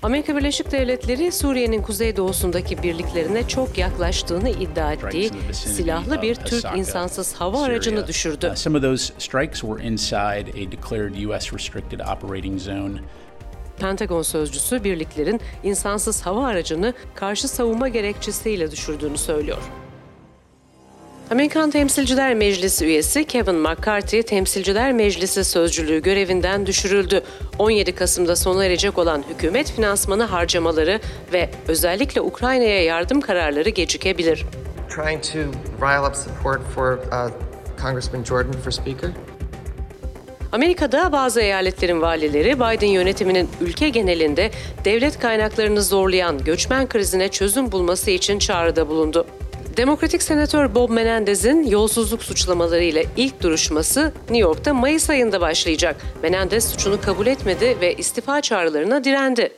Amerika Birleşik Devletleri, Suriye'nin kuzeydoğusundaki birliklerine çok yaklaştığını iddia ettiği silahlı bir Türk insansız hava aracını düşürdü. Some of those strikes were inside a declared US restricted operating zone. Pentagon sözcüsü birliklerin insansız hava aracını karşı savunma gerekçesiyle düşürdüğünü söylüyor. Amerikan Temsilciler Meclisi üyesi Kevin McCarthy, Temsilciler Meclisi sözcülüğü görevinden düşürüldü. 17 Kasım'da sona erecek olan hükümet finansmanı harcamaları ve özellikle Ukrayna'ya yardım kararları gecikebilir. Trying to rile up support for Congressman Jordan for Speaker. Amerika'da bazı eyaletlerin valileri Biden yönetiminin ülke genelinde devlet kaynaklarını zorlayan göçmen krizine çözüm bulması için çağrıda bulundu. Demokratik Senatör Bob Menendez'in yolsuzluk suçlamalarıyla ilk duruşması New York'ta Mayıs ayında başlayacak. Menendez suçunu kabul etmedi ve istifa çağrılarına direndi.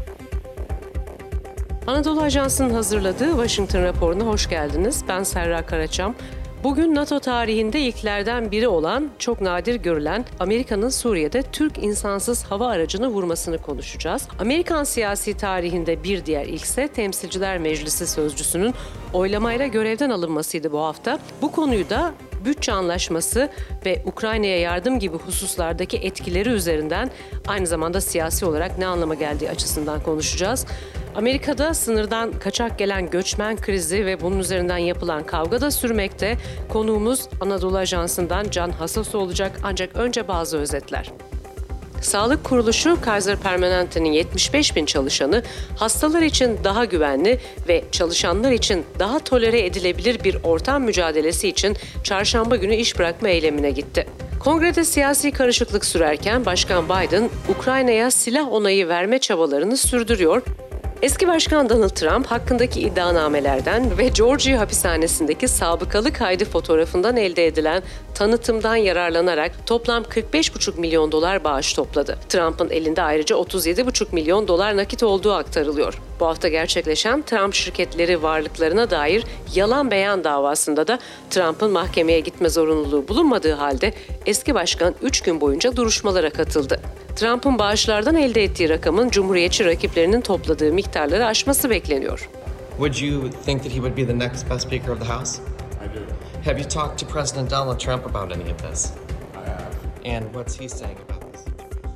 Anadolu Ajansı'nın hazırladığı Washington raporuna hoş geldiniz. Ben Serra Karaçam. Bugün NATO tarihinde ilklerden biri olan, çok nadir görülen Amerika'nın Suriye'de Türk insansız hava aracını vurmasını konuşacağız. Amerikan siyasi tarihinde bir diğer ilkse Temsilciler Meclisi sözcüsünün oylamayla görevden alınmasıydı bu hafta. Bu konuyu da bütçe anlaşması ve Ukrayna'ya yardım gibi hususlardaki etkileri üzerinden aynı zamanda siyasi olarak ne anlama geldiği açısından konuşacağız. Amerika'da sınırdan kaçak gelen göçmen krizi ve bunun üzerinden yapılan kavga da sürmekte. Konuğumuz Anadolu Ajansı'ndan Can Hassas olacak, ancak önce bazı özetler. Sağlık Kuruluşu, Kaiser Permanente'nin 75 bin çalışanı hastalar için daha güvenli ve çalışanlar için daha tolere edilebilir bir ortam mücadelesi için çarşamba günü iş bırakma eylemine gitti. Kongrede siyasi karışıklık sürerken Başkan Biden, Ukrayna'ya silah onayı verme çabalarını sürdürüyor. Eski Başkan Donald Trump hakkındaki iddianamelerden ve Georgia hapishanesindeki sabıkalı kaydı fotoğrafından elde edilen tanıtımdan yararlanarak toplam 45,5 milyon dolar bağış topladı. Trump'ın elinde ayrıca 37,5 milyon dolar nakit olduğu aktarılıyor. Bu hafta gerçekleşen Trump şirketleri varlıklarına dair yalan beyan davasında da Trump'ın mahkemeye gitme zorunluluğu bulunmadığı halde eski başkan 3 gün boyunca duruşmalara katıldı. Trump'ın bağışlardan elde ettiği rakamın Cumhuriyetçi rakiplerinin topladığı miktarları aşması bekleniyor. Would you think that he would be the next best Speaker of the House? I do. Have you talked to President Donald Trump about any of this? I have. And what's he saying about this?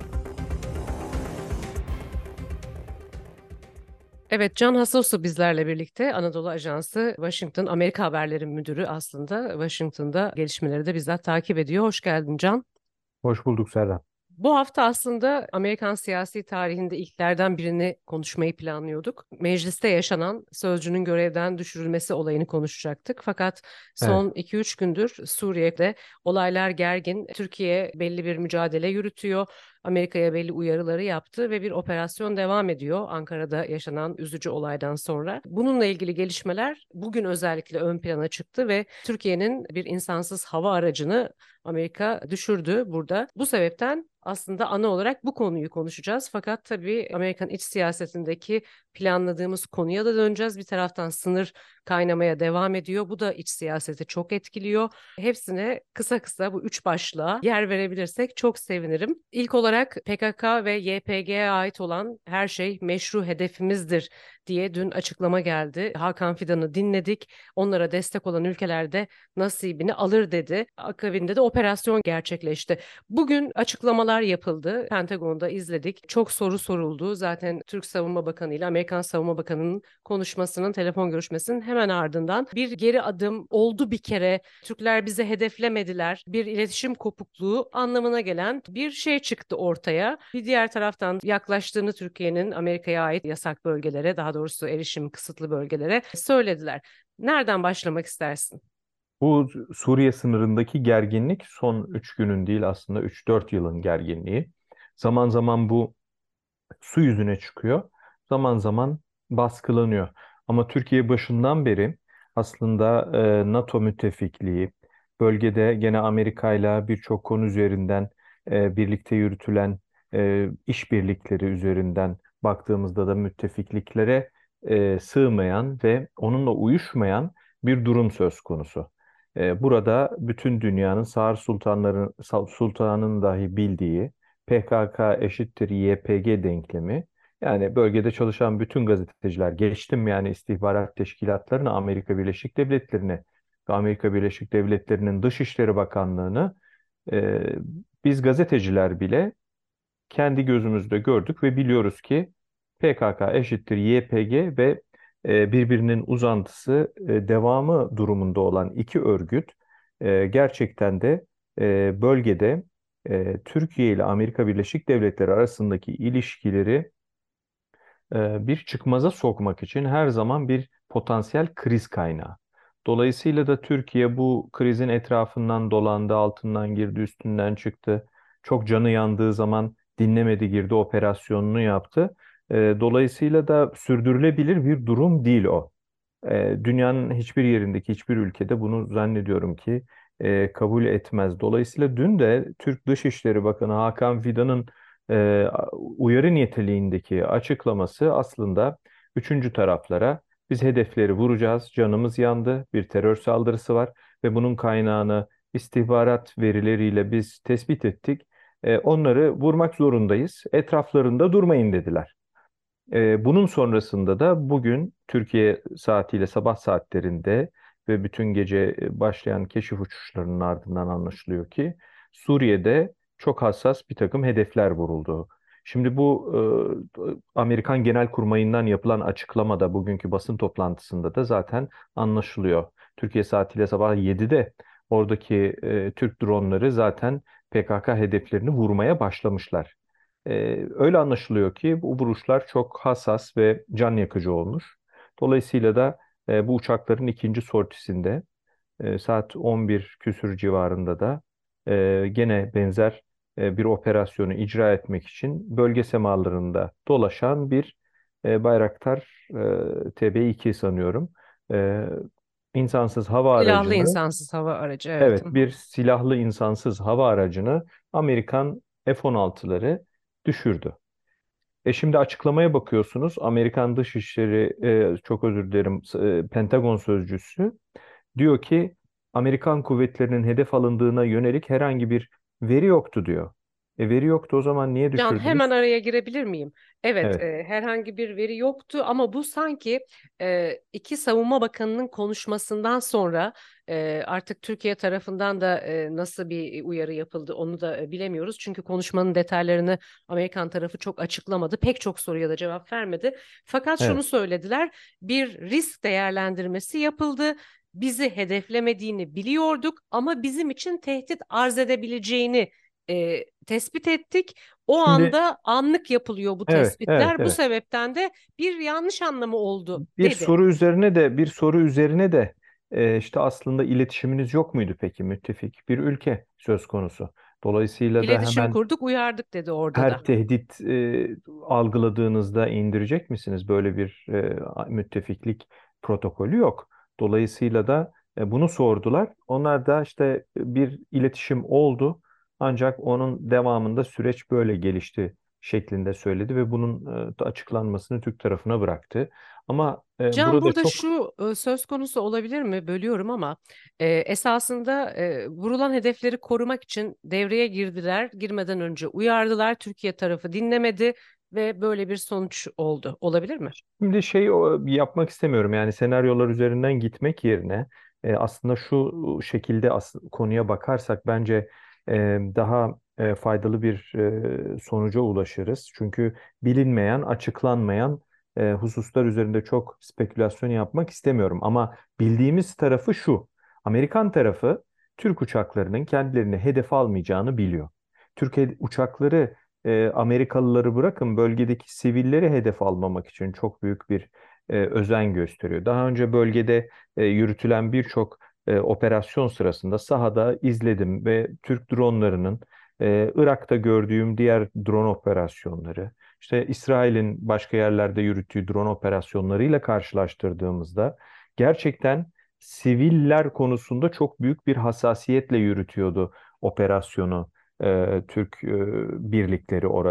Evet, Can Hassassu bizlerle birlikte, Anadolu Ajansı Washington Amerika Haberleri Müdürü aslında Washington'da gelişmeleri de bizzat takip ediyor. Hoş geldin Can. Hoş bulduk Serra. Bu hafta aslında Amerikan siyasi tarihinde ilklerden birini konuşmayı planlıyorduk. Mecliste yaşanan sözcünün görevden düşürülmesi olayını konuşacaktık. Fakat son 2-3 gündür Suriye'de olaylar gergin. Türkiye belli bir mücadele yürütüyor. Amerika'ya belli uyarıları yaptı ve bir operasyon devam ediyor Ankara'da yaşanan üzücü olaydan sonra. Bununla ilgili gelişmeler bugün özellikle ön plana çıktı ve Türkiye'nin bir insansız hava aracını Amerika düşürdü burada. Bu sebepten aslında ana olarak bu konuyu konuşacağız. Fakat tabii Amerikan iç siyasetindeki planladığımız konuya da döneceğiz. Bir taraftan sınır kaynamaya devam ediyor. Bu da iç siyaseti çok etkiliyor. Hepsine kısa kısa bu 3 başlığa yer verebilirsek çok sevinirim. İlk olarak PKK ve YPG'ye ait olan her şey meşru hedefimizdir diye dün açıklama geldi. Hakan Fidan'ı dinledik. Onlara destek olan ülkelerde nasibini alır dedi. Akabinde de operasyon gerçekleşti. Bugün açıklamalar yapıldı. Pentagon'da izledik. Çok soru soruldu. Zaten Türk Savunma Bakanı ile Amerikan Savunma Bakanı'nın konuşmasının, telefon görüşmesinin hemen ardından bir geri adım oldu bir kere. Türkler bize hedeflemediler. Bir iletişim kopukluğu anlamına gelen bir şey çıktı ortaya. Bir diğer taraftan yaklaştığını Türkiye'nin Amerika'ya ait yasak bölgelere, daha doğrusu erişim kısıtlı bölgelere söylediler. Nereden başlamak istersin? Bu Suriye sınırındaki gerginlik son 3 günün değil, aslında 3-4 yılın gerginliği. Zaman zaman bu su yüzüne çıkıyor, zaman zaman baskılanıyor. Ama Türkiye başından beri aslında NATO müttefikliği, bölgede gene Amerika ile birçok konu üzerinden birlikte yürütülen işbirlikleri üzerinden baktığımızda da müttefikliklere sığmayan ve onunla uyuşmayan bir durum söz konusu. Burada bütün dünyanın Sağır Sultan'ın dahi bildiği PKK eşittir YPG denklemi Yani bölgede çalışan bütün gazeteciler, geçtim yani istihbarat teşkilatlarını, Amerika Birleşik Devletleri'ni ve Amerika Birleşik Devletleri'nin Dışişleri Bakanlığı'nı, e, biz gazeteciler bile kendi gözümüzde gördük ve biliyoruz ki PKK eşittir YPG ve birbirinin uzantısı, devamı durumunda olan iki örgüt gerçekten de bölgede Türkiye ile Amerika Birleşik Devletleri arasındaki ilişkileri bir çıkmaza sokmak için her zaman bir potansiyel kriz kaynağı. Dolayısıyla da Türkiye bu krizin etrafından dolandı, altından girdi, üstünden çıktı. Çok canı yandığı zaman dinlemedi, girdi, operasyonunu yaptı. Dolayısıyla da sürdürülebilir bir durum değil o. Dünyanın hiçbir yerindeki hiçbir ülkede bunu zannediyorum ki kabul etmez. Dolayısıyla dün de Türk Dışişleri Bakanı Hakan Fidan'ın uyarı niteliğindeki açıklaması aslında üçüncü taraflara biz hedefleri vuracağız, canımız yandı, bir terör saldırısı var ve bunun kaynağını istihbarat verileriyle biz tespit ettik. Onları vurmak zorundayız, etraflarında durmayın dediler. Bunun sonrasında da bugün Türkiye saatiyle sabah saatlerinde ve bütün gece başlayan keşif uçuşlarının ardından anlaşılıyor ki Suriye'de çok hassas bir takım hedefler vuruldu. Şimdi bu Amerikan Genelkurmayı'ndan yapılan açıklamada bugünkü basın toplantısında da zaten anlaşılıyor. Türkiye saatiyle sabah 7'de oradaki Türk dronları zaten PKK hedeflerini vurmaya başlamışlar. Öyle anlaşılıyor ki bu vuruşlar çok hassas ve can yakıcı olmuş. Dolayısıyla da bu uçakların ikinci sortisinde saat 11 küsür civarında da gene benzer bir operasyonu icra etmek için bölge semalarında dolaşan bir Bayraktar TB2 sanıyorum. E, insansız hava Silahlı aracını, insansız hava aracı, evet. evet, bir silahlı insansız hava aracını Amerikan F-16'ları düşürdü. Şimdi açıklamaya bakıyorsunuz. Amerikan Dışişleri, çok özür dilerim, Pentagon sözcüsü diyor ki Amerikan kuvvetlerinin hedef alındığına yönelik herhangi bir veri yoktu diyor. Veri yoktu, o zaman niye Can, hemen düşürdünüz? araya girebilir miyim? Evet, Evet, herhangi bir veri yoktu ama bu sanki iki savunma bakanının konuşmasından sonra artık Türkiye tarafından da nasıl bir uyarı yapıldı onu da bilemiyoruz. Çünkü konuşmanın detaylarını Amerikan tarafı çok açıklamadı. Pek çok soruya da cevap vermedi. Fakat şunu evet. söylediler, bir risk değerlendirmesi yapıldı. Bizi hedeflemediğini biliyorduk ama bizim için tehdit arz edebileceğini tespit ettik. O Şimdi anda anlık yapılıyor bu evet, evet, tespitler. Bu evet. sebepten de bir yanlış anlamı oldu Bir dedi. soru üzerine de işte aslında iletişiminiz yok muydu peki, müttefik bir ülke söz konusu. Dolayısıyla da İletişim hemen kurduk, uyardık dedi orada her da. tehdit algıladığınızda indirecek misiniz? Böyle bir müttefiklik protokolü yok. Dolayısıyla da bunu sordular. Onlar da işte bir iletişim oldu. Ancak onun devamında süreç böyle gelişti şeklinde söyledi ve bunun açıklanmasını Türk tarafına bıraktı. Ama Can, burada burada çok şu söz konusu olabilir mi? Bölüyorum ama esasında vurulan hedefleri korumak için devreye girdiler. Girmeden önce uyardılar. Türkiye tarafı dinlemedi ve böyle bir sonuç oldu. Olabilir mi? Şimdi yapmak istemiyorum, yani senaryolar üzerinden gitmek yerine aslında şu şekilde konuya bakarsak bence e, daha faydalı bir sonuca ulaşırız. Çünkü bilinmeyen, açıklanmayan hususlar üzerinde çok spekülasyon yapmak istemiyorum. Ama bildiğimiz tarafı şu: Amerikan tarafı Türk uçaklarının kendilerini hedef almayacağını biliyor. Türk uçakları Amerikalıları bırakın, bölgedeki sivilleri hedef almamak için çok büyük bir özen gösteriyor. Daha önce bölgede yürütülen birçok operasyon sırasında sahada izledim ve Türk dronlarının Irak'ta gördüğüm diğer drone operasyonları, işte İsrail'in başka yerlerde yürüttüğü drone operasyonlarıyla karşılaştırdığımızda gerçekten siviller konusunda çok büyük bir hassasiyetle yürütüyordu operasyonu Türk birlikleri orada.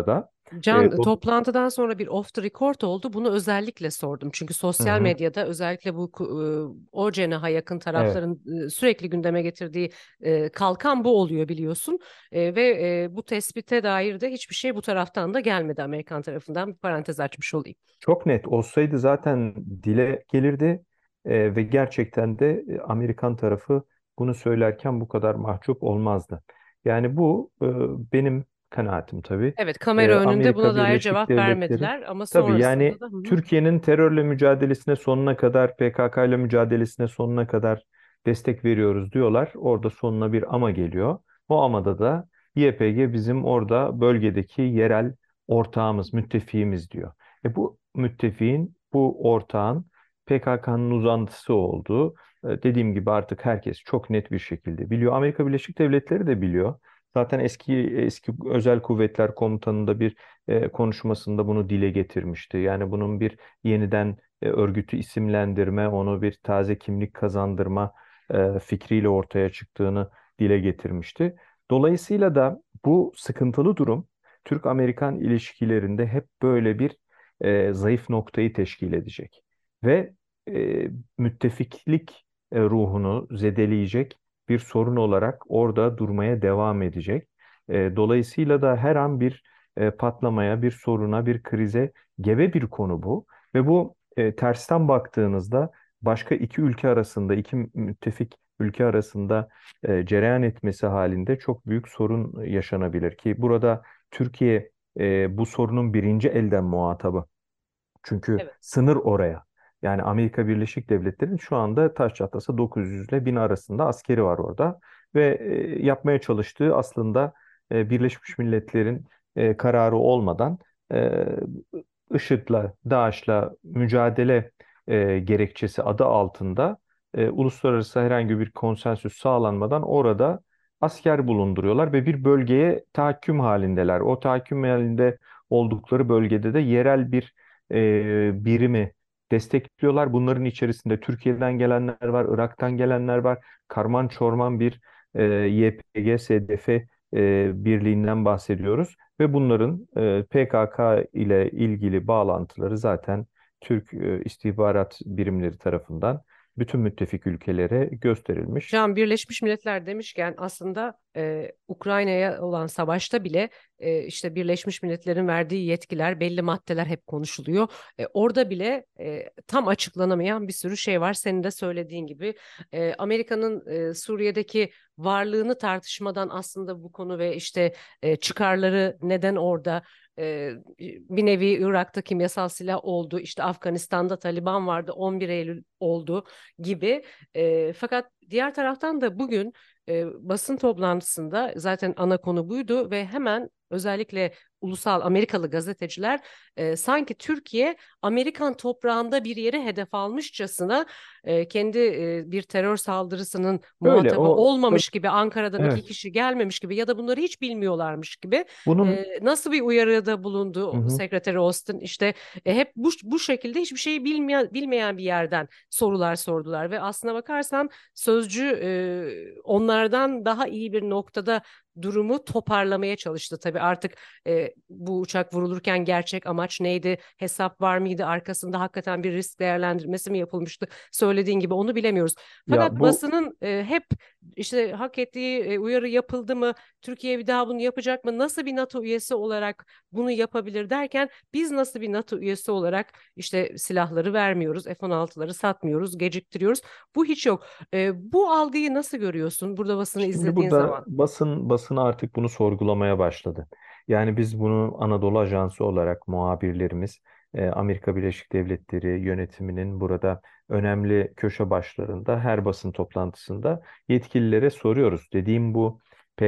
Can, Do- toplantıdan sonra bir off the record oldu. Bunu özellikle sordum. Çünkü Hı sosyal hı, medyada özellikle bu o cenaha yakın evet. tarafların sürekli gündeme getirdiği kalkan bu oluyor biliyorsun. Ve bu tespite dair de hiçbir şey bu taraftan da gelmedi Amerikan tarafından. Bir parantez açmış olayım. Çok net olsaydı zaten dile gelirdi ve gerçekten de Amerikan tarafı bunu söylerken bu kadar mahcup olmazdı. Yani bu benim kanaatim tabii. Evet, kamera önünde buna Amerika dair Birleşik cevap Devletleri vermediler ama tabii sonrasında yani da hı hı. Türkiye'nin terörle mücadelesine sonuna kadar PKK ile mücadelesine sonuna kadar destek veriyoruz diyorlar. Orada sonuna bir ama geliyor. O amada da YPG bizim orada bölgedeki yerel ortağımız, müttefiğimiz diyor. Bu müttefiğin, bu ortağın PKK'nın uzantısı olduğu dediğim gibi artık herkes çok net bir şekilde biliyor. Amerika Birleşik Devletleri de biliyor. Zaten eski Özel Kuvvetler Komutanı da bir konuşmasında bunu dile getirmişti. Yani bunun bir yeniden örgütü isimlendirme, onu bir taze kimlik kazandırma fikriyle ortaya çıktığını dile getirmişti. Dolayısıyla da bu sıkıntılı durum Türk-Amerikan ilişkilerinde hep böyle bir zayıf noktayı teşkil edecek. Ve müttefiklik ruhunu zedeleyecek bir sorun olarak orada durmaya devam edecek. Dolayısıyla da her an bir patlamaya, bir soruna, bir krize gebe bir konu bu. Ve bu tersten baktığınızda başka iki ülke arasında, iki müttefik ülke arasında cereyan etmesi halinde çok büyük sorun yaşanabilir ki burada Türkiye bu sorunun birinci elden muhatabı. Çünkü Evet. sınır oraya. Yani Amerika Birleşik Devletleri'nin şu anda taş çatlasa 900 ile 1000 arasında askeri var orada. Ve yapmaya çalıştığı aslında Birleşmiş Milletler'in kararı olmadan e, IŞİD'le, DAEŞ'la mücadele gerekçesi adı altında uluslararası herhangi bir konsensüs sağlanmadan orada asker bulunduruyorlar ve bir bölgeye tahakküm halindeler. O tahakküm halinde oldukları bölgede de yerel bir birimi destekliyorlar. Bunların içerisinde Türkiye'den gelenler var, Irak'tan gelenler var. Karman çorman bir YPG, SDF birliğinden bahsediyoruz. Ve bunların PKK ile ilgili bağlantıları zaten Türk istihbarat birimleri tarafından bütün müttefik ülkelere gösterilmiş. Can, Birleşmiş Milletler demişken aslında Ukrayna'ya olan savaşta bile işte Birleşmiş Milletler'in verdiği yetkiler, belli maddeler hep konuşuluyor. Orada bile tam açıklanamayan bir sürü şey var. Senin de söylediğin gibi Amerika'nın Suriye'deki varlığını tartışmadan aslında bu konu ve işte çıkarları neden orada, bir nevi Irak'ta kimyasal silah oldu, işte Afganistan'da Taliban vardı, 11 Eylül oldu gibi. Fakat diğer taraftan da bugün basın toplantısında zaten ana konu buydu ve hemen özellikle ulusal Amerikalı gazeteciler sanki Türkiye Amerikan toprağında bir yere hedef almışçasına kendi bir terör saldırısının Öyle muhatabı o tabii, olmamış gibi, Ankara'dan iki evet. kişi gelmemiş gibi ya da bunları hiç bilmiyorlarmış gibi Bunun nasıl bir uyarıda hı bulundu hı. Sekreteri Austin, işte hep bu şekilde hiçbir şeyi bilmeyen bir yerden sorular sordular ve aslına bakarsan Sözcü onlardan daha iyi bir noktada durumu toparlamaya çalıştı. Tabii artık bu uçak vurulurken gerçek amaç neydi? Hesap var mıydı? Arkasında hakikaten bir risk değerlendirmesi mi yapılmıştı? Söylediğin gibi onu bilemiyoruz. Fakat Ya bu basının hep işte hak ettiği uyarı yapıldı mı? Türkiye bir daha bunu yapacak mı? Nasıl bir NATO üyesi olarak bunu yapabilir derken biz nasıl bir NATO üyesi olarak işte silahları vermiyoruz, F-16'ları satmıyoruz, geciktiriyoruz. Bu hiç yok. Bu algıyı nasıl görüyorsun burada basını Şimdi izlediğin burada zaman? basın artık bunu sorgulamaya başladı. Yani biz bunu Anadolu Ajansı olarak muhabirlerimiz Amerika Birleşik Devletleri yönetiminin burada önemli köşe başlarında her basın toplantısında yetkililere soruyoruz. Dediğim bu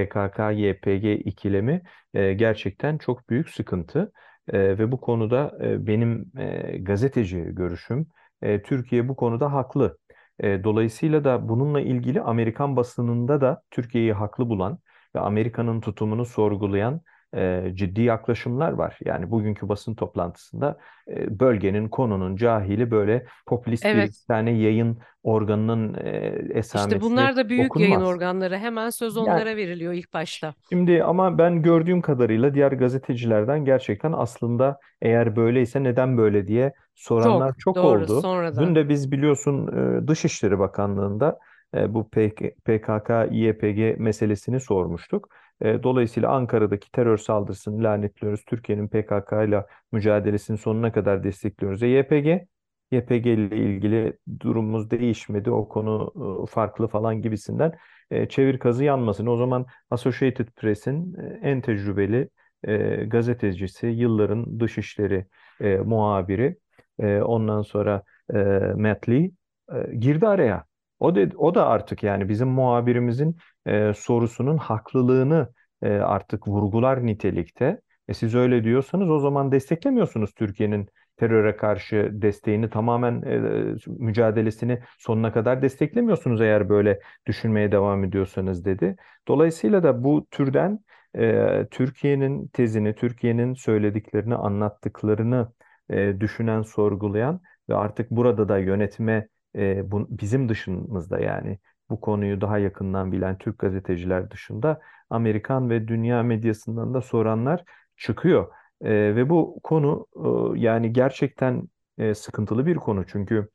PKK-YPG ikilemi gerçekten çok büyük sıkıntı. Ve bu konuda benim gazeteci görüşüm Türkiye bu konuda haklı. Dolayısıyla da bununla ilgili Amerikan basınında da Türkiye'yi haklı bulan ve Amerika'nın tutumunu sorgulayan ciddi yaklaşımlar var. Yani bugünkü basın toplantısında bölgenin, konunun cahili böyle popülist bir iki Evet. tane yayın organının İşte esamesi bunlar da büyük yayın okunmaz. organları. Hemen söz Yani onlara veriliyor ilk başta. şimdi ama ben gördüğüm kadarıyla diğer gazetecilerden gerçekten aslında eğer böyleyse neden böyle diye soranlar Çok çok doğru, oldu. Dün sonradan. de biz biliyorsun Dışişleri Bakanlığı'nda bu PKK, YPG meselesini sormuştuk. Dolayısıyla Ankara'daki terör saldırısını lanetliyoruz. Türkiye'nin PKK ile mücadelesini sonuna kadar destekliyoruz. YPG ile ilgili durumumuz değişmedi. O konu farklı falan gibisinden çevir kazı yanmasın. O zaman Associated Press'in en tecrübeli gazetecisi, yılların dışişleri muhabiri, ondan sonra e, Matt Lee girdi araya. O da artık yani bizim muhabirimizin sorusunun haklılığını artık vurgular nitelikte. Siz öyle diyorsanız o zaman desteklemiyorsunuz Türkiye'nin teröre karşı desteğini tamamen mücadelesini sonuna kadar desteklemiyorsunuz eğer böyle düşünmeye devam ediyorsanız dedi. Dolayısıyla da bu türden Türkiye'nin tezini, Türkiye'nin söylediklerini, anlattıklarını düşünen, sorgulayan ve artık burada da yönetime bizim dışımızda yani bu konuyu daha yakından bilen Türk gazeteciler dışında Amerikan ve dünya medyasından da soranlar çıkıyor. Ve bu konu yani gerçekten sıkıntılı bir konu çünkü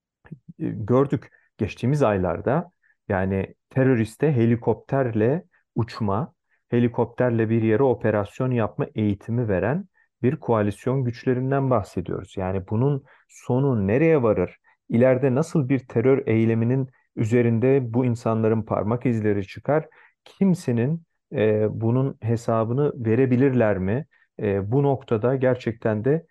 gördük geçtiğimiz aylarda yani teröriste helikopterle uçma, helikopterle bir yere operasyon yapma eğitimi veren bir koalisyon güçlerinden bahsediyoruz. Yani bunun sonu nereye varır? İleride nasıl bir terör eyleminin üzerinde bu insanların parmak izleri çıkar? Kimsenin bunun hesabını verebilirler mi? Bu noktada gerçekten de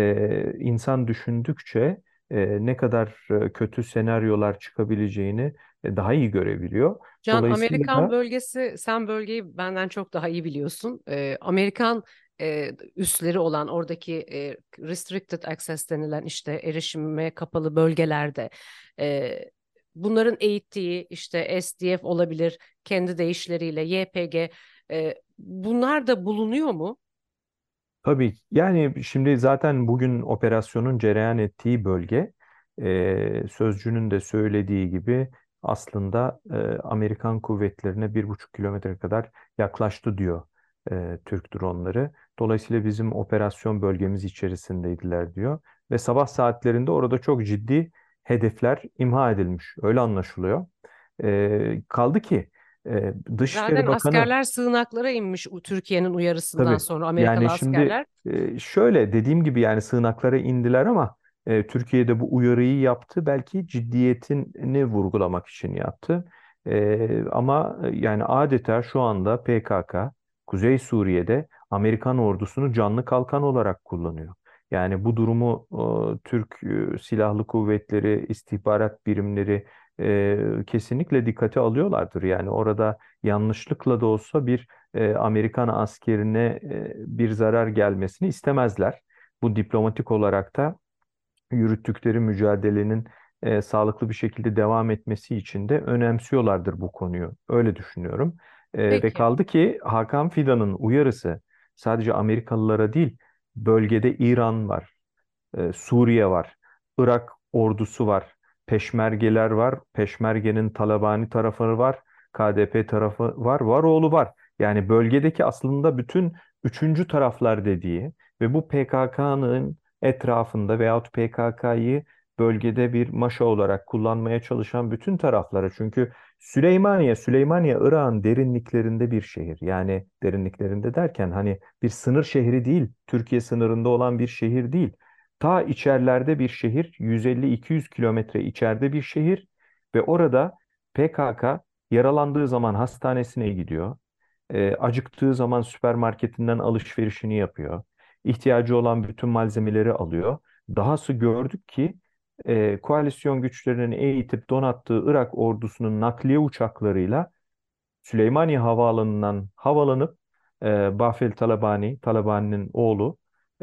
insan düşündükçe ne kadar kötü senaryolar çıkabileceğini daha iyi görebiliyor. Can, Dolayısıyla Amerikan da bölgesi, sen bölgeyi benden çok daha iyi biliyorsun. Amerikan üsleri olan oradaki restricted access denilen işte erişime kapalı bölgelerde e, bunların eğittiği işte SDF olabilir, kendi deyişleriyle YPG, bunlar da bulunuyor mu? tabii yani şimdi zaten bugün operasyonun cereyan ettiği bölge sözcünün de söylediği gibi aslında Amerikan kuvvetlerine 1,5 kilometre kadar yaklaştı diyor Türk dronları. Dolayısıyla bizim operasyon bölgemiz içerisindeydiler diyor. Ve sabah saatlerinde orada çok ciddi hedefler imha edilmiş. Öyle anlaşılıyor. Kaldı ki Dışişleri Zaten Bakanı askerler sığınaklara inmiş Türkiye'nin uyarısından tabii. sonra Amerikalı Yani şimdi askerler. şöyle dediğim gibi yani sığınaklara indiler ama Türkiye'de bu uyarıyı yaptı. Belki ciddiyetini vurgulamak için yaptı. Ama yani adeta şu anda PKK Kuzey Suriye'de Amerikan ordusunu canlı kalkan olarak kullanıyor. Yani bu durumu Türk Silahlı Kuvvetleri, istihbarat birimleri kesinlikle dikkate alıyorlardır. Yani orada yanlışlıkla da olsa bir Amerikan askerine bir zarar gelmesini istemezler. Bu diplomatik olarak da yürüttükleri mücadelenin sağlıklı bir şekilde devam etmesi için de önemsiyorlardır bu konuyu. Öyle düşünüyorum. Ve Peki. kaldı ki Hakan Fidan'ın uyarısı sadece Amerikalılara değil, bölgede İran var. Suriye var, Irak ordusu var, Peşmergeler var, Peşmerge'nin Talabani tarafı var, KDP tarafı var, Varoğlu var. Yani bölgedeki aslında bütün üçüncü taraflar dediği ve bu PKK'nın etrafında veyahut PKK'yı bölgede bir maşa olarak kullanmaya çalışan bütün taraflara. Çünkü Süleymaniye Irak'ın derinliklerinde bir şehir. Yani derinliklerinde derken hani bir sınır şehri değil, Türkiye sınırında olan bir şehir değil. Ta içerilerde bir şehir, 150-200 kilometre içeride bir şehir ve orada PKK yaralandığı zaman hastanesine gidiyor. Acıktığı zaman süpermarketinden alışverişini yapıyor. İhtiyacı olan bütün malzemeleri alıyor. Dahası gördük ki koalisyon güçlerinin eğitip donattığı Irak ordusunun nakliye uçaklarıyla Süleymaniye Havaalanı'ndan havalanıp Bafel Talabani'nin oğlu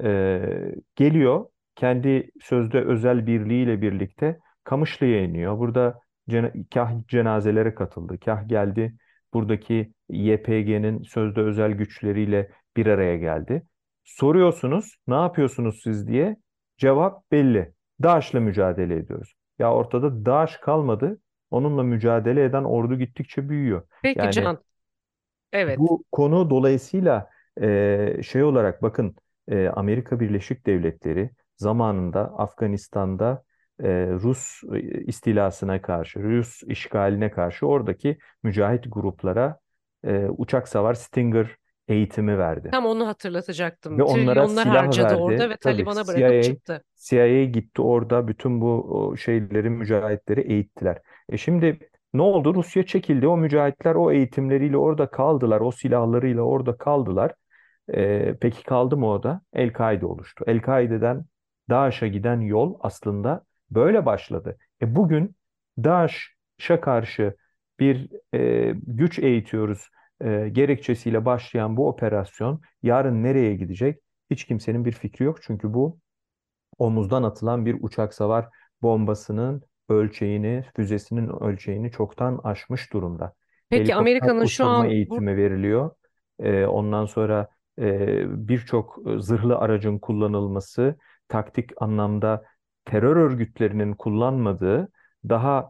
geliyor. Kendi sözde özel birliğiyle birlikte Kamışlı'ya iniyor. Burada kah cenazelere katıldı, kah geldi buradaki YPG'nin sözde özel güçleriyle bir araya geldi. Soruyorsunuz, ne yapıyorsunuz siz diye. Cevap belli. DAEŞ'le mücadele ediyoruz. Ya ortada DAEŞ kalmadı. Onunla mücadele eden ordu gittikçe büyüyor. Peki Yani Can, evet. bu konu dolayısıyla şey olarak bakın, Amerika Birleşik Devletleri zamanında Afganistan'da Rus istilasına karşı, Rus işgaline karşı oradaki mücahit gruplara uçak savar Stinger eğitimi verdi. Tam onu hatırlatacaktım. Ve onlara Trilyonlar silah harcadı orada verdi. ve Tabii Taliban'a bırakıp çıktı. CIA gitti orada bütün bu şeyleri, mücahitleri eğittiler. Şimdi ne oldu? Rusya çekildi. O mücahitler o eğitimleriyle orada kaldılar. O silahlarıyla orada kaldılar. Peki kaldı mı o da? El-Kaide oluştu. El-Kaide'den DAEŞ'a giden yol aslında böyle başladı. Bugün DAEŞ'a karşı bir güç eğitiyoruz gerekçesiyle başlayan bu operasyon yarın nereye gidecek? Hiç kimsenin bir fikri yok. Çünkü bu omuzdan atılan bir uçak savar bombasının ölçeğini, füzesinin ölçeğini çoktan aşmış durumda. Peki Helikopter Amerika'nın şu uçurma an eğitimi veriliyor. Ondan sonra birçok zırhlı aracın kullanılması, taktik anlamda terör örgütlerinin kullanmadığı daha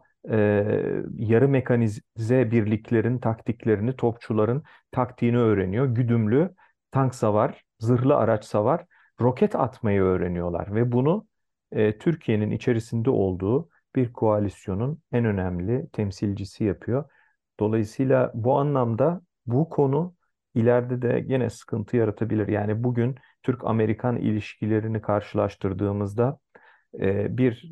yarı mekanize birliklerin taktiklerini, topçuların taktiğini öğreniyor. Güdümlü tank savar, zırhlı araç savar roket atmayı öğreniyorlar ve bunu Türkiye'nin içerisinde olduğu bir koalisyonun en önemli temsilcisi yapıyor. Dolayısıyla bu anlamda bu konu ileride de gene sıkıntı yaratabilir. Yani bugün Türk-Amerikan ilişkilerini karşılaştırdığımızda bir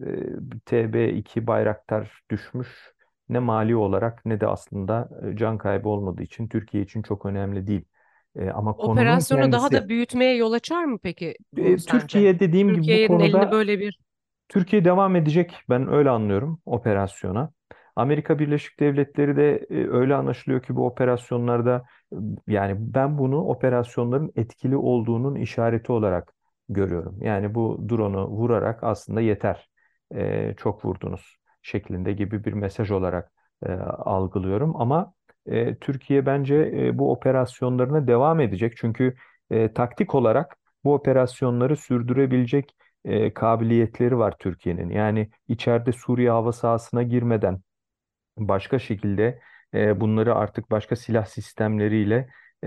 TB2 Bayraktar düşmüş. Ne mali olarak ne de aslında can kaybı olmadığı için Türkiye için çok önemli değil. Ama konunun operasyonu daha kendisi. da büyütmeye yol açar mı peki bu sence? Türkiye dediğim gibi bu Türkiye'nin elini konuda böyle bir Türkiye devam edecek. Ben öyle anlıyorum operasyona. Amerika Birleşik Devletleri de öyle anlaşılıyor ki bu operasyonlarda yani ben bunu operasyonların etkili olduğunun işareti olarak görüyorum. Yani bu drone'u vurarak aslında yeter. Çok vurdunuz şeklinde gibi bir mesaj olarak algılıyorum. Ama Türkiye bence bu operasyonlarına devam edecek. Çünkü taktik olarak bu operasyonları sürdürebilecek kabiliyetleri var Türkiye'nin. Yani içeride Suriye hava sahasına girmeden başka şekilde bunları artık başka silah sistemleriyle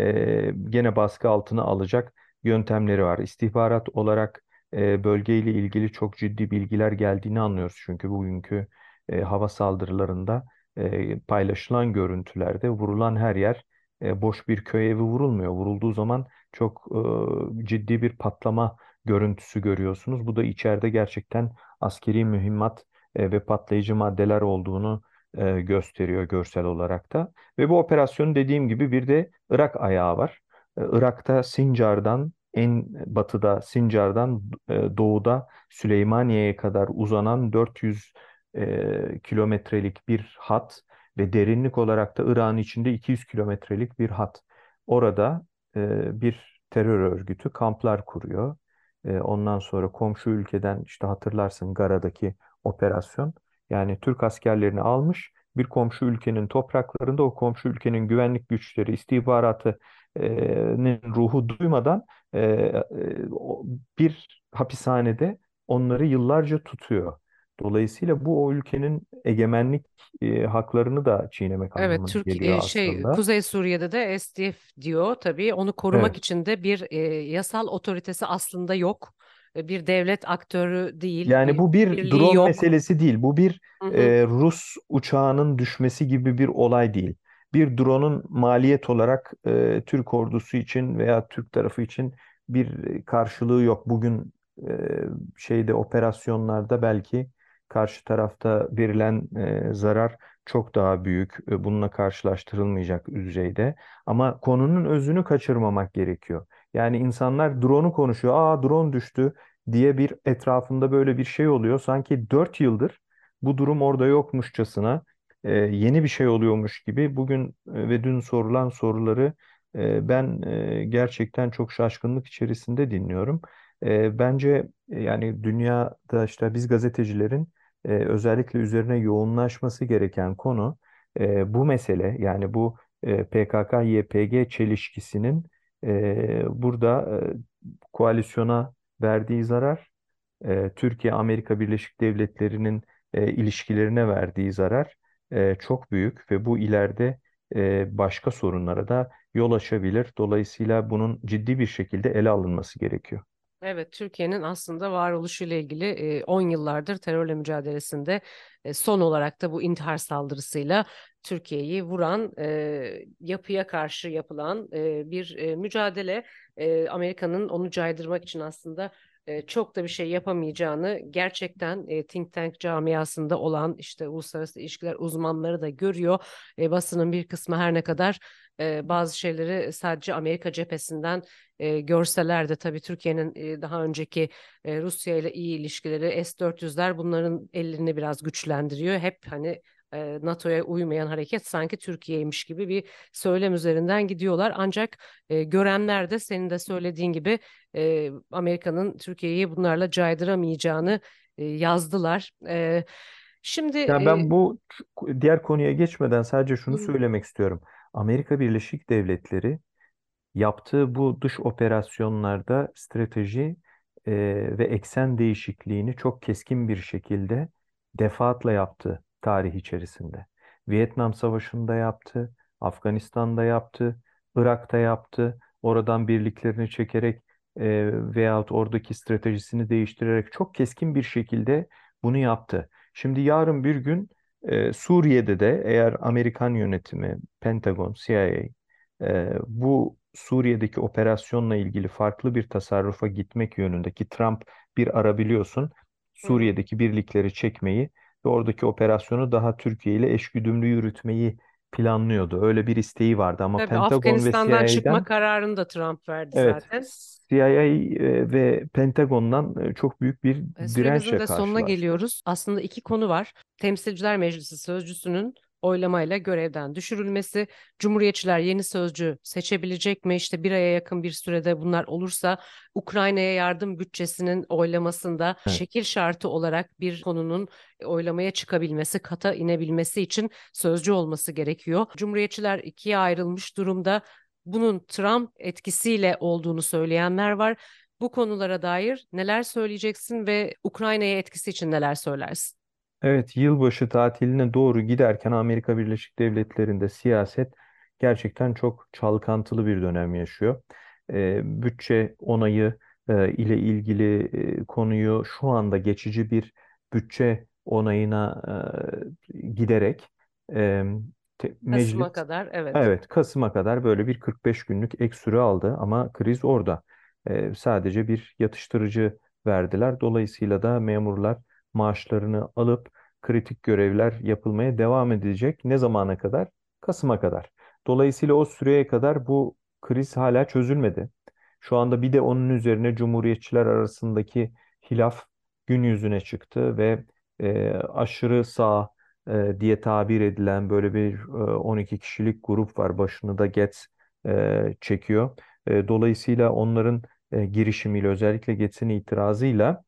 gene baskı altına alacak yöntemleri var. İstihbarat olarak bölgeyle ilgili çok ciddi bilgiler geldiğini anlıyoruz. Çünkü bugünkü hava saldırılarında paylaşılan görüntülerde vurulan her yer boş bir köy evi vurulmuyor. Vurulduğu zaman çok ciddi bir patlama görüntüsü görüyorsunuz. Bu da içeride gerçekten askeri mühimmat ve patlayıcı maddeler olduğunu gösteriyor görsel olarak da. Ve bu operasyonun dediğim gibi bir de Irak ayağı var. Irak'ta Sincar'dan en batıda Sincar'dan doğuda Süleymaniye'ye kadar uzanan 400 kilometrelik bir hat ve derinlik olarak da Irak'ın içinde 200 kilometrelik bir hat. Orada bir terör örgütü kamplar kuruyor. Ondan sonra komşu ülkeden işte hatırlarsın Gara'daki operasyon. Yani Türk askerlerini almış bir komşu ülkenin topraklarında o komşu ülkenin güvenlik güçleri, istihbaratının ruhu duymadan bir hapishanede onları yıllarca tutuyor. Dolayısıyla bu o ülkenin egemenlik haklarını da çiğnemek evet, anlamına geliyor aslında. Kuzey Suriye'de de SDF diyor tabii. Onu korumak Evet. için de bir yasal otoritesi aslında yok. Bir devlet aktörü değil, Yani bir bu bir birliği drone yok. meselesi değil. Bu bir Hı hı. Rus uçağının düşmesi gibi bir olay değil. Bir drone'un maliyet olarak Türk ordusu için veya Türk tarafı için bir karşılığı yok. Bugün şeyde operasyonlarda belki karşı tarafta verilen zarar çok daha büyük. Bununla karşılaştırılmayacak düzeyde. Ama konunun özünü kaçırmamak gerekiyor. Yani insanlar drone'u konuşuyor. Aa, drone düştü diye bir etrafında böyle bir şey oluyor. Sanki 4 yıldır bu durum orada yokmuşçasına yeni bir şey oluyormuş gibi bugün ve dün sorulan soruları ben gerçekten çok şaşkınlık içerisinde dinliyorum. Bence yani dünyada işte biz gazetecilerin özellikle üzerine yoğunlaşması gereken konu bu mesele. Yani bu PKK-YPG çelişkisinin Burada koalisyona verdiği zarar, Türkiye-Amerika Birleşik Devletleri'nin ilişkilerine verdiği zarar çok büyük ve bu ileride başka sorunlara da yol açabilir. Dolayısıyla bunun ciddi bir şekilde ele alınması gerekiyor. Evet, Türkiye'nin aslında varoluşuyla ilgili 10 yıllardır terörle mücadelesinde son olarak da bu intihar saldırısıyla Türkiye'yi vuran yapıya karşı yapılan bir mücadele. Amerika'nın onu caydırmak için aslında çok da bir şey yapamayacağını gerçekten think tank camiasında olan işte uluslararası ilişkiler uzmanları da görüyor. Basının bir kısmı her ne kadar bazı şeyleri sadece Amerika cephesinden görseler de tabii Türkiye'nin daha önceki Rusya ile iyi ilişkileri S-400'ler bunların ellerini biraz güçlendiriyor. Hep hani NATO'ya uymayan hareket sanki Türkiye'ymiş gibi bir söylem üzerinden gidiyorlar. Ancak görenler de senin de söylediğin gibi Amerika'nın Türkiye'yi bunlarla caydıramayacağını yazdılar. Şimdi Ya ben bu diğer konuya geçmeden sadece şunu hı, söylemek istiyorum. Amerika Birleşik Devletleri yaptığı bu dış operasyonlarda strateji ve eksen değişikliğini çok keskin bir şekilde defaatle yaptı tarih içerisinde. Vietnam Savaşı'nda yaptı, Afganistan'da yaptı, Irak'ta yaptı. Oradan birliklerini çekerek veyahut oradaki stratejisini değiştirerek çok keskin bir şekilde bunu yaptı. Şimdi yarın bir gün Suriye'de de eğer Amerikan yönetimi, Pentagon, CIA bu Suriye'deki operasyonla ilgili farklı bir tasarrufa gitmek yönündeki Trump bir ara biliyorsun hı hı. Suriye'deki birlikleri çekmeyi ve oradaki operasyonu daha Türkiye ile eşgüdümlü yürütmeyi planlıyordu. Öyle bir isteği vardı ama Tabii Pentagon ve Afganistan'dan çıkma CIA'den kararını da Trump verdi evet zaten. CIA ve Pentagon'dan çok büyük bir Süremizin dirençle de sonuna karşılaştı. geliyoruz. Aslında iki konu var. Temsilciler Meclisi sözcüsünün oylamayla görevden düşürülmesi. Cumhuriyetçiler yeni sözcü seçebilecek mi? İşte bir aya yakın bir sürede bunlar olursa Ukrayna'ya yardım bütçesinin oylamasında Evet. şekil şartı olarak bir konunun oylamaya çıkabilmesi, kata inebilmesi için sözcü olması gerekiyor. Cumhuriyetçiler ikiye ayrılmış durumda. Bunun Trump etkisiyle olduğunu söyleyenler var. Bu konulara dair neler söyleyeceksin ve Ukrayna'ya etkisi için neler söylersin? Evet, yılbaşı tatiline doğru giderken Amerika Birleşik Devletleri'nde siyaset gerçekten çok çalkantılı bir dönem yaşıyor. Bütçe onayı ile ilgili konuyu şu anda geçici bir bütçe onayına giderek e, meclis Kasım'a kadar evet. evet Kasım'a kadar böyle bir 45 günlük ek süre aldı ama kriz orada. Sadece bir yatıştırıcı verdiler. Dolayısıyla da memurlar maaşlarını alıp kritik görevler yapılmaya devam edecek. Ne zamana kadar? Kasım'a kadar. Dolayısıyla o süreye kadar bu kriz hala çözülmedi. Şu anda bir de onun üzerine Cumhuriyetçiler arasındaki hilaf gün yüzüne çıktı ve aşırı sağ diye tabir edilen böyle bir 12 kişilik grup var. Başını da Getz çekiyor. Dolayısıyla onların girişimiyle özellikle Getz'in itirazıyla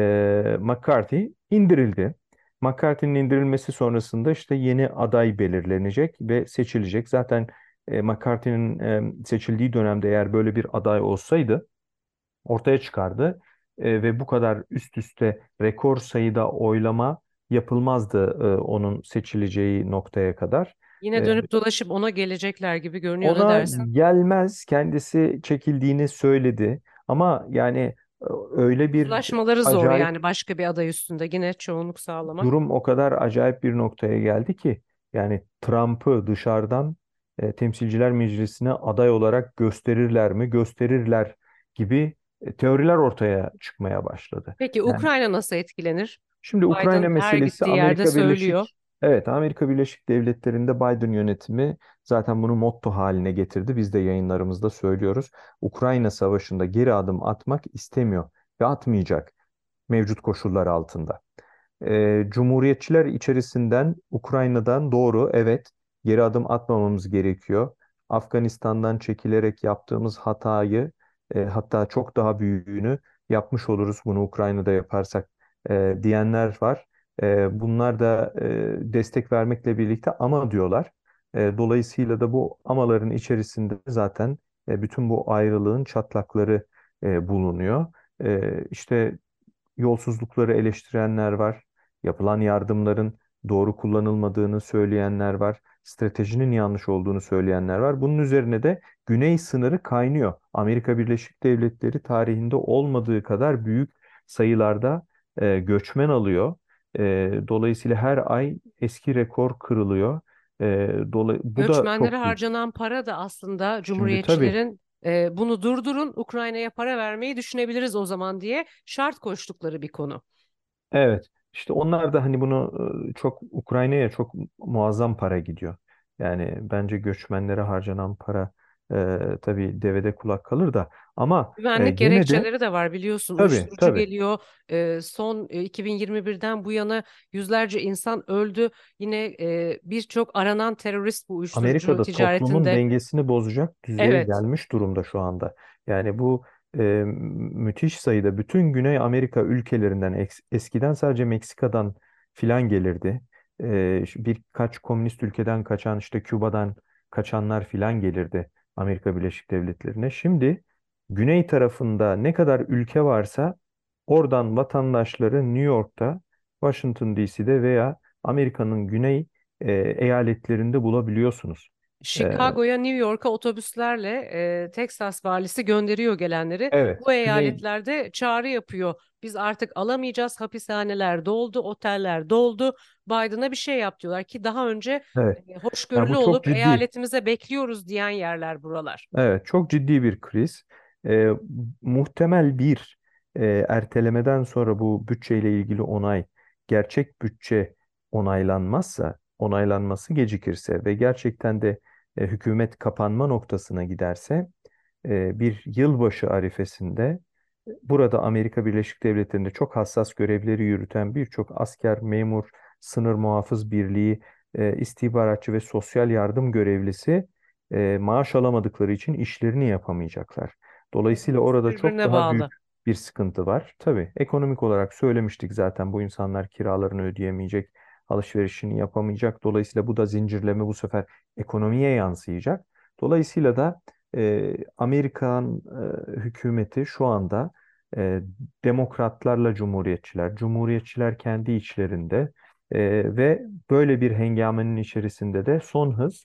McCarthy indirildi. McCarthy'nin indirilmesi sonrasında işte yeni aday belirlenecek ve seçilecek. Zaten McCarthy'nin seçildiği dönemde eğer böyle bir aday olsaydı ortaya çıkardı. Ve bu kadar üst üste rekor sayıda oylama yapılmazdı onun seçileceği noktaya kadar. Yine E, dönüp dolaşıp ona gelecekler gibi görünüyor. Ne Ona dersin? gelmez, kendisi çekildiğini söyledi ama yani öyle bir Uzlaşmaları zor acayip yani başka bir aday üstünde yine çoğunluk sağlamak. durum, o kadar acayip bir noktaya geldi ki yani Trump'ı dışarıdan Temsilciler Meclisi'ne aday olarak gösterirler mi? Gösterirler gibi teoriler ortaya çıkmaya başladı. Peki Yani Ukrayna nasıl etkilenir? şimdi Ukrayna Biden her meselesi gittiği yerde Amerika söylüyor. Birleşik Evet, Amerika Birleşik Devletleri'nde Biden yönetimi zaten bunu motto haline getirdi. Biz de yayınlarımızda söylüyoruz. Ukrayna Savaşı'nda geri adım atmak istemiyor ve atmayacak mevcut koşullar altında. Cumhuriyetçiler içerisinden Ukrayna'dan doğru evet geri adım atmamamız gerekiyor. Afganistan'dan çekilerek yaptığımız hatayı hatta çok daha büyüğünü yapmış oluruz bunu Ukrayna'da yaparsak diyenler var. Bunlar da destek vermekle birlikte ama diyorlar. Dolayısıyla da bu amaların içerisinde zaten bütün bu ayrılığın çatlakları bulunuyor. İşte yolsuzlukları eleştirenler var. Yapılan yardımların doğru kullanılmadığını söyleyenler var. Stratejinin yanlış olduğunu söyleyenler var. Bunun üzerine de güney sınırı kaynıyor. Amerika Birleşik Devletleri tarihinde olmadığı kadar büyük sayılarda göçmen alıyor. Dolayısıyla her ay eski rekor kırılıyor. Bu da Göçmenlere çok büyük. harcanan para da aslında Şimdi tabii. Cumhuriyetçilerin bunu durdurun, Ukrayna'ya para vermeyi düşünebiliriz o zaman diye şart koştukları bir konu. Evet, işte onlar da hani bunu çok Ukrayna'ya çok muazzam para gidiyor. Yani bence göçmenlere harcanan para tabii devede kulak kalır da ama Güvenlik gene de gerekçeleri de var biliyorsun. tabii Uyuşturucu tabii. geliyor. Son 2021'den bu yana yüzlerce insan öldü. Yine birçok aranan terörist bu uyuşturucu Amerika'da toplumun ticaretinde. dengesini bozacak düzeye Evet. gelmiş durumda şu anda. Yani bu müthiş sayıda bütün Güney Amerika ülkelerinden eskiden sadece Meksika'dan filan gelirdi. Birkaç komünist ülkeden kaçan işte Küba'dan kaçanlar filan gelirdi Amerika Birleşik Devletleri'ne. Şimdi güney tarafında ne kadar ülke varsa oradan vatandaşları New York'ta, Washington DC'de veya Amerika'nın güney eyaletlerinde bulabiliyorsunuz. E, Chicago'ya, New York'a otobüslerle Texas valisi gönderiyor gelenleri. evet, Bu güney, eyaletlerde çağrı yapıyor. Biz artık alamayacağız. Hapishaneler doldu, oteller doldu. Biden'a bir şey yap diyorlar ki daha önce evet. Yani hoşgörülü bu çok olup ciddi. eyaletimize bekliyoruz diyen yerler buralar. Evet, çok ciddi bir kriz. E, Muhtemel bir ertelemeden sonra bu bütçeyle ilgili gerçek bütçe onaylanması gecikirse ve gerçekten de hükümet kapanma noktasına giderse bir yılbaşı arifesinde burada Amerika Birleşik Devletleri'nde çok hassas görevleri yürüten birçok asker, memur, sınır muhafız birliği, istihbaratçı ve sosyal yardım görevlisi maaş alamadıkları için işlerini yapamayacaklar. Dolayısıyla Hepsi orada çok birbirine daha büyük bağlı. bir sıkıntı var. Tabii ekonomik olarak söylemiştik zaten bu insanlar kiralarını ödeyemeyecek, alışverişini yapamayacak. Dolayısıyla bu da zincirleme bu sefer ekonomiye yansıyacak. Dolayısıyla da Amerikan hükümeti şu anda e, demokratlarla cumhuriyetçiler kendi içlerinde ve böyle bir hengamenin içerisinde de son hız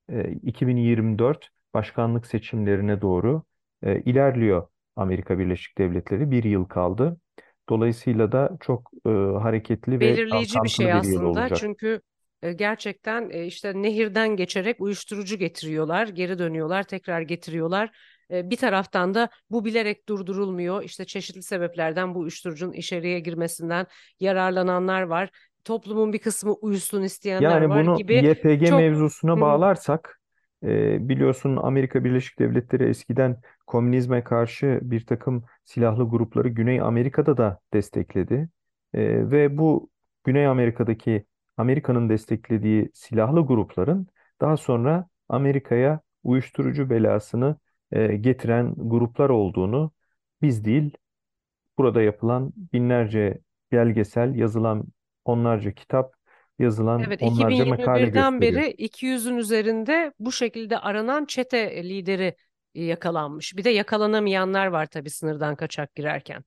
2024 başkanlık seçimlerine doğru ilerliyor Amerika Birleşik Devletleri. Bir yıl kaldı. Dolayısıyla da çok hareketli ve Belirleyici bir çalkantılı şey bir yıl aslında. olacak. Çünkü gerçekten işte nehirden geçerek uyuşturucu getiriyorlar, geri dönüyorlar, tekrar getiriyorlar. Bir taraftan da bu bilerek durdurulmuyor. İşte çeşitli sebeplerden bu uyuşturucunun içeriye girmesinden yararlananlar var. Toplumun bir kısmı uyusun isteyenler Yani var bunu gibi YPG çok. mevzusuna Hı hı. bağlarsak biliyorsun Amerika Birleşik Devletleri eskiden komünizme karşı bir takım silahlı grupları Güney Amerika'da da destekledi. Ve bu Güney Amerika'daki Amerika'nın desteklediği silahlı grupların daha sonra Amerika'ya uyuşturucu belasını getiren gruplar olduğunu biz değil burada yapılan binlerce belgesel, yazılan onlarca kitap, yazılan Evet, onlarca makale 2021'den gösteriyor. beri 200'ün üzerinde bu şekilde aranan çete lideri yakalanmış. Bir de yakalanamayanlar var tabii sınırdan kaçak girerken.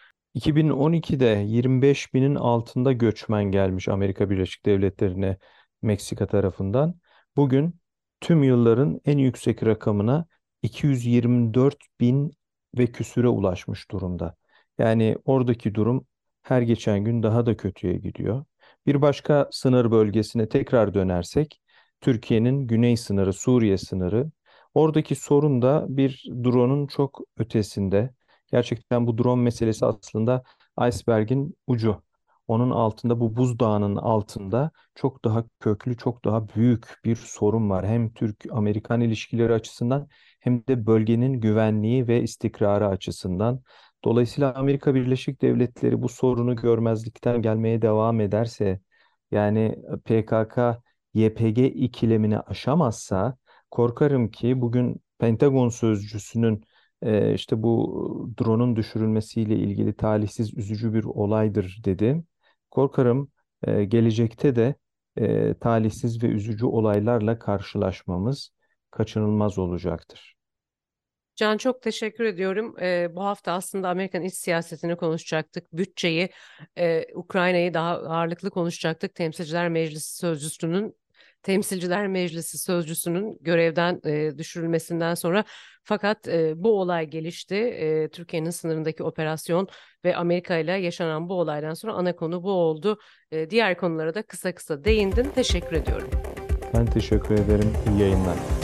2012'de 25 binin altında göçmen gelmiş Amerika Birleşik Devletleri'ne Meksika tarafından. Bugün tüm yılların en yüksek rakamına 224 bin ve küsüre ulaşmış durumda. Yani oradaki durum her geçen gün daha da kötüye gidiyor. Bir başka sınır bölgesine tekrar dönersek, Türkiye'nin güney sınırı, Suriye sınırı. Oradaki sorun da bir drone'un çok ötesinde. Gerçekten bu drone meselesi aslında iceberg'in ucu. Onun altında bu buzdağının altında çok daha köklü, çok daha büyük bir sorun var. Hem Türk-Amerikan ilişkileri açısından hem de bölgenin güvenliği ve istikrarı açısından. Dolayısıyla Amerika Birleşik Devletleri bu sorunu görmezlikten gelmeye devam ederse, yani PKK, YPG ikilemini aşamazsa korkarım ki bugün Pentagon sözcüsünün işte bu drone'un düşürülmesiyle ilgili talihsiz, üzücü bir olaydır dedi. Korkarım gelecekte de talihsiz ve üzücü olaylarla karşılaşmamız kaçınılmaz olacaktır. Can, çok teşekkür ediyorum. Bu hafta aslında Amerikan iç siyasetini konuşacaktık. Bütçeyi, Ukrayna'yı daha ağırlıklı konuşacaktık. Temsilciler Meclisi Sözcüsü'nün görevden düşürülmesinden sonra. Fakat bu olay gelişti. Türkiye'nin sınırındaki operasyon ve Amerika ile yaşanan bu olaydan sonra ana konu bu oldu. Diğer konulara da kısa kısa değindin. Teşekkür ediyorum. Ben teşekkür ederim. İyi yayınlar.